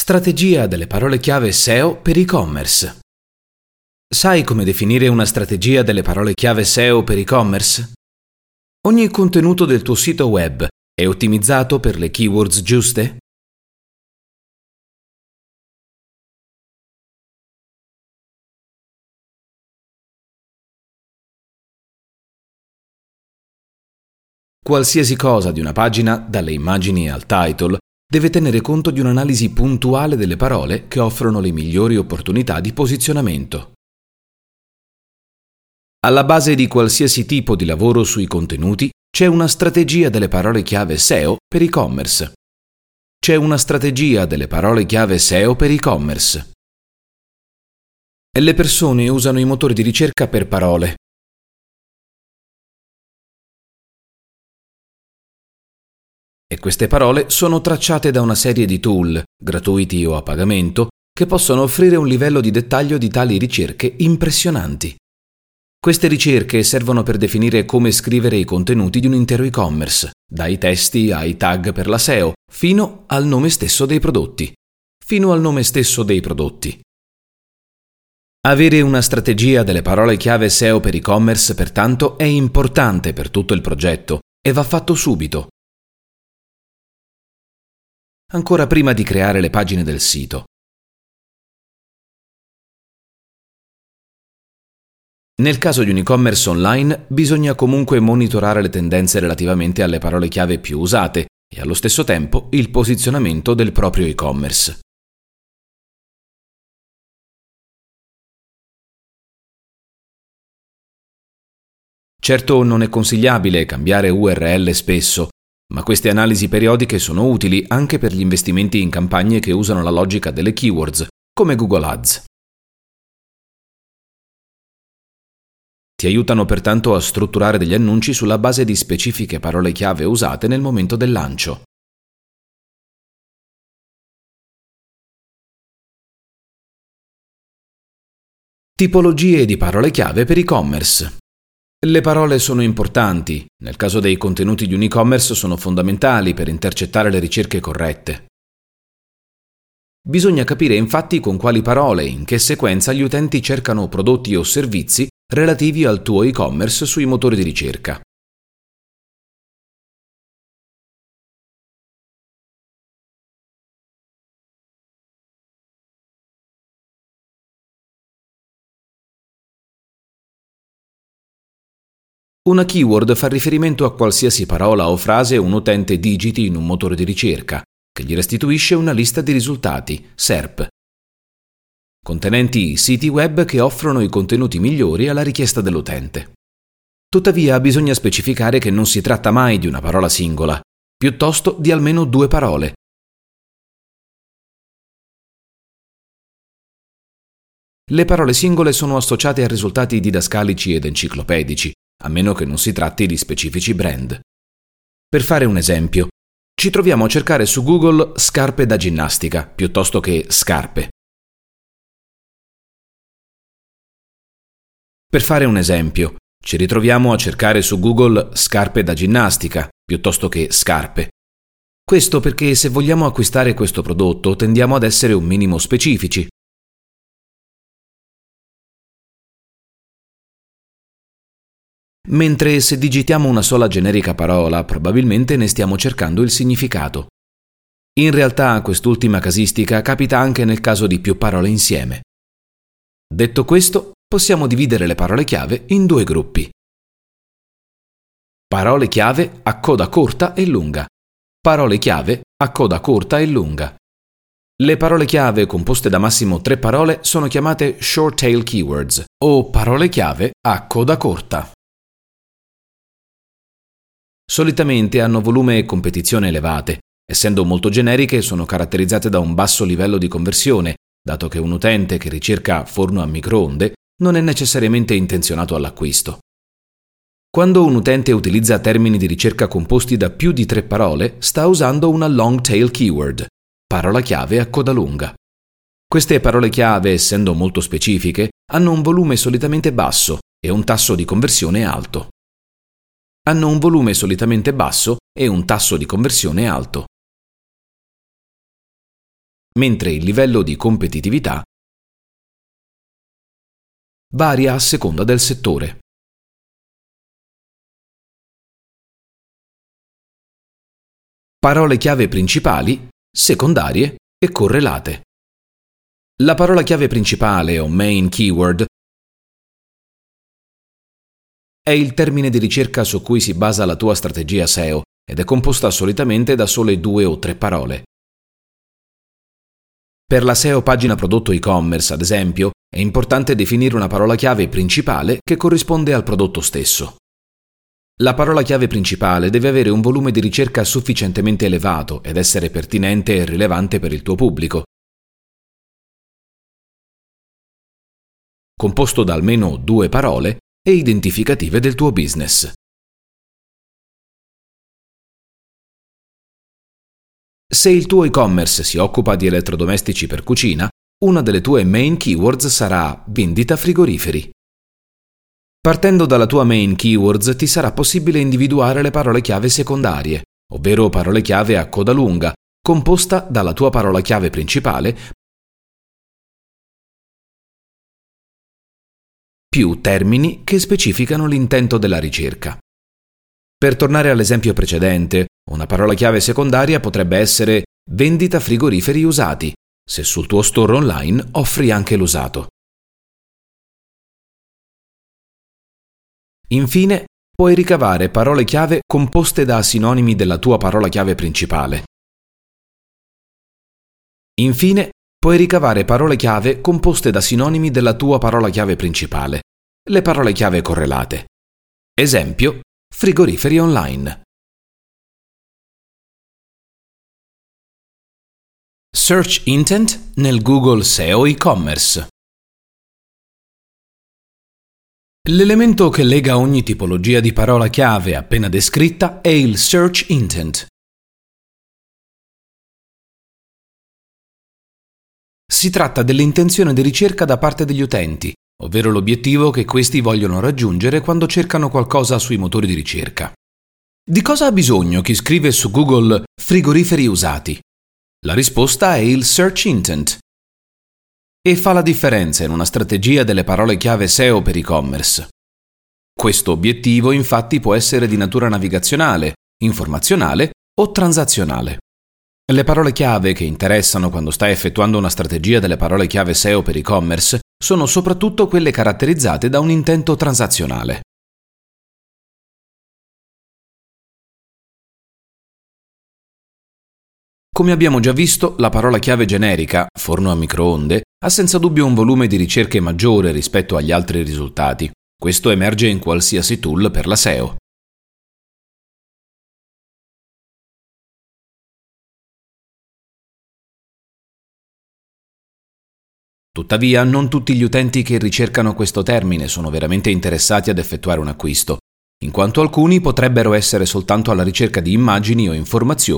Strategia delle parole chiave SEO per e-commerce. Sai come definire una strategia delle parole chiave SEO per e-commerce? Ogni contenuto del tuo sito web è ottimizzato per le keywords giuste? Qualsiasi cosa di una pagina, dalle immagini al title, deve tenere conto di un'analisi puntuale delle parole che offrono le migliori opportunità di posizionamento. Alla base di qualsiasi tipo di lavoro sui contenuti c'è una strategia delle parole chiave SEO per e-commerce. C'è una strategia delle parole chiave SEO per e-commerce. E le persone usano i motori di ricerca per parole. E queste parole sono tracciate da una serie di tool, gratuiti o a pagamento, che possono offrire un livello di dettaglio di tali ricerche impressionanti. Queste ricerche servono per definire come scrivere i contenuti di un intero e-commerce, dai testi ai tag per la SEO, fino al nome stesso dei prodotti. Avere una strategia delle parole chiave SEO per e-commerce, pertanto, è importante per tutto il progetto e va fatto subito. Ancora prima di creare le pagine del sito. Nel caso di un e-commerce online, bisogna comunque monitorare le tendenze relativamente alle parole chiave più usate e allo stesso tempo il posizionamento del proprio e-commerce. Certo, non è consigliabile cambiare URL spesso, ma queste analisi periodiche sono utili anche per gli investimenti in campagne che usano la logica delle keywords, come Google Ads. Ti aiutano pertanto a strutturare degli annunci sulla base di specifiche parole chiave usate nel momento del lancio. Tipologie di parole chiave per e-commerce. Le parole sono importanti, nel caso dei contenuti di un e-commerce sono fondamentali per intercettare le ricerche corrette. Bisogna capire infatti con quali parole e in che sequenza gli utenti cercano prodotti o servizi relativi al tuo e-commerce sui motori di ricerca. Una keyword fa riferimento a qualsiasi parola o frase un utente digiti in un motore di ricerca, che gli restituisce una lista di risultati, SERP, contenenti i siti web che offrono i contenuti migliori alla richiesta dell'utente. Tuttavia, bisogna specificare che non si tratta mai di una parola singola, piuttosto di almeno 2 parole. Le parole singole sono associate a risultati didascalici ed enciclopedici, a meno che non si tratti di specifici brand. Per fare un esempio, ci troviamo a cercare su Google scarpe da ginnastica piuttosto che scarpe. Per fare un esempio, ci ritroviamo a cercare su Google scarpe da ginnastica piuttosto che scarpe. Questo perché se vogliamo acquistare questo prodotto tendiamo ad essere un minimo specifici. Mentre se digitiamo una sola generica parola, probabilmente ne stiamo cercando il significato. In realtà, quest'ultima casistica capita anche nel caso di più parole insieme. Detto questo, possiamo dividere le parole chiave in 2 gruppi. Parole chiave a coda corta e lunga. Parole chiave a coda corta e lunga. Le parole chiave composte da massimo 3 parole sono chiamate short tail keywords o parole chiave a coda corta. Solitamente hanno volume e competizione elevate. Essendo molto generiche, sono caratterizzate da un basso livello di conversione, dato che un utente che ricerca forno a microonde non è necessariamente intenzionato all'acquisto. Quando un utente utilizza termini di ricerca composti da più di 3 parole, sta usando una long tail keyword, parola chiave a coda lunga. Queste parole chiave, essendo molto specifiche, hanno un volume solitamente basso e un tasso di conversione alto. mentre il livello di competitività varia a seconda del settore. Parole chiave principali, secondarie e correlate. La parola chiave principale o main keyword è il termine di ricerca su cui si basa la tua strategia SEO ed è composta solitamente da sole 2 o 3 parole. Per la SEO pagina prodotto e-commerce, ad esempio, è importante definire una parola chiave principale che corrisponde al prodotto stesso. La parola chiave principale deve avere un volume di ricerca sufficientemente elevato ed essere pertinente e rilevante per il tuo pubblico, composto da almeno 2 parole e identificative del tuo business. Se il tuo e-commerce si occupa di elettrodomestici per cucina, una delle tue main keywords sarà vendita frigoriferi. Partendo dalla tua main keywords ti sarà possibile individuare le parole chiave secondarie, ovvero parole chiave a coda lunga, composta dalla tua parola chiave principale più termini che specificano l'intento della ricerca. Per tornare all'esempio precedente, una parola chiave secondaria potrebbe essere vendita frigoriferi usati, se sul tuo store online offri anche l'usato. Infine, puoi ricavare parole chiave composte da sinonimi della tua parola chiave principale. Infine, puoi ricavare parole chiave composte da sinonimi della tua parola chiave principale, le parole chiave correlate. Esempio, frigoriferi online. Search intent nel Google SEO e-commerce. L'elemento che lega ogni tipologia di parola chiave appena descritta è il search intent. Si tratta dell'intenzione di ricerca da parte degli utenti, ovvero l'obiettivo che questi vogliono raggiungere quando cercano qualcosa sui motori di ricerca. Di cosa ha bisogno chi scrive su Google frigoriferi usati? La risposta è il search intent. E fa la differenza in una strategia delle parole chiave SEO per e-commerce. Questo obiettivo infatti può essere di natura navigazionale, informazionale o transazionale. Le parole chiave che interessano quando stai effettuando una strategia delle parole chiave SEO per e-commerce sono soprattutto quelle caratterizzate da un intento transazionale. Come abbiamo già visto, la parola chiave generica, forno a microonde, ha senza dubbio un volume di ricerche maggiore rispetto agli altri risultati. Questo emerge in qualsiasi tool per la SEO. Tuttavia, non tutti gli utenti che ricercano questo termine sono veramente interessati ad effettuare un acquisto, in quanto alcuni potrebbero essere soltanto alla ricerca di immagini o informazioni